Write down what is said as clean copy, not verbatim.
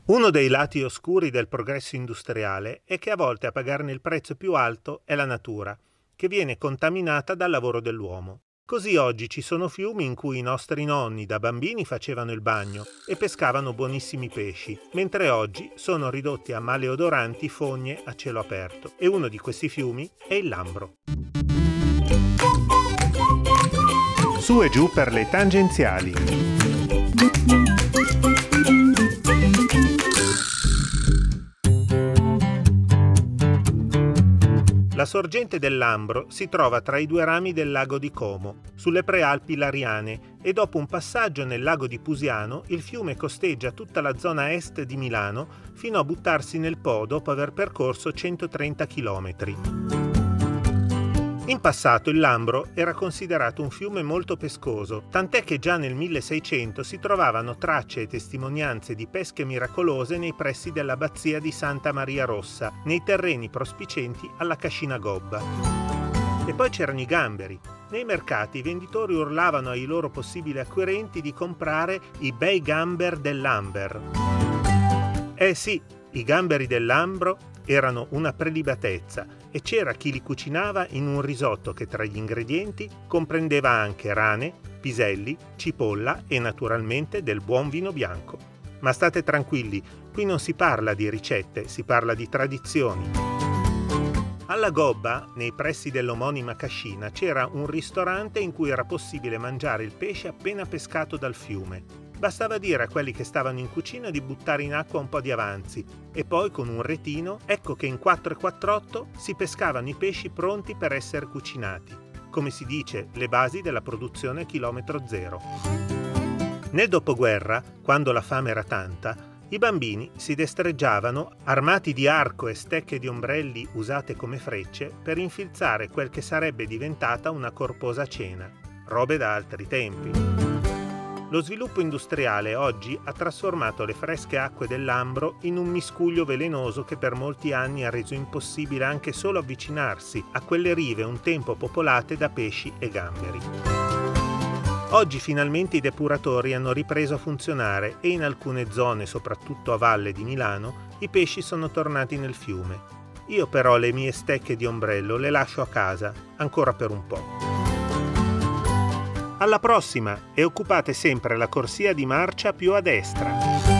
Uno dei lati oscuri del progresso industriale è che a volte a pagarne il prezzo più alto è la natura, che viene contaminata dal lavoro dell'uomo. Così oggi ci sono fiumi in cui i nostri nonni da bambini facevano il bagno e pescavano buonissimi pesci, mentre oggi sono ridotti a maleodoranti fogne a cielo aperto. E uno di questi fiumi è il Lambro. Su e giù per le tangenziali. La sorgente del Lambro si trova tra i due rami del lago di Como, sulle prealpi Lariane, e dopo un passaggio nel lago di Pusiano il fiume costeggia tutta la zona est di Milano fino a buttarsi nel Po dopo aver percorso 130 chilometri. In passato il Lambro era considerato un fiume molto pescoso, tant'è che già nel 1600 si trovavano tracce e testimonianze di pesche miracolose nei pressi dell'abbazia di Santa Maria Rossa, nei terreni prospicenti alla Cascina Gobba. E poi c'erano i gamberi. Nei mercati i venditori urlavano ai loro possibili acquirenti di comprare i bei gamber del Lamber. Sì, i gamberi del Lambro erano una prelibatezza e c'era chi li cucinava in un risotto che tra gli ingredienti comprendeva anche rane, piselli, cipolla e naturalmente del buon vino bianco. Ma state tranquilli, qui non si parla di ricette, si parla di tradizioni. Alla Gobba, nei pressi dell'omonima cascina, c'era un ristorante in cui era possibile mangiare il pesce appena pescato dal fiume. Bastava dire a quelli che stavano in cucina di buttare in acqua un po' di avanzi e poi con un retino ecco che in 448 si pescavano i pesci pronti per essere cucinati. Come si dice, le basi della produzione a chilometro zero. Nel dopoguerra, quando la fame era tanta, i bambini si destreggiavano armati di arco e stecche di ombrelli usate come frecce per infilzare quel che sarebbe diventata una corposa cena. Robe da altri tempi. Lo sviluppo industriale oggi ha trasformato le fresche acque del Lambro in un miscuglio velenoso che per molti anni ha reso impossibile anche solo avvicinarsi a quelle rive un tempo popolate da pesci e gamberi. Oggi finalmente i depuratori hanno ripreso a funzionare e in alcune zone, soprattutto a valle di Milano, i pesci sono tornati nel fiume. Io però le mie stecche di ombrello le lascio a casa, ancora per un po'. Alla prossima e occupate sempre la corsia di marcia più a destra.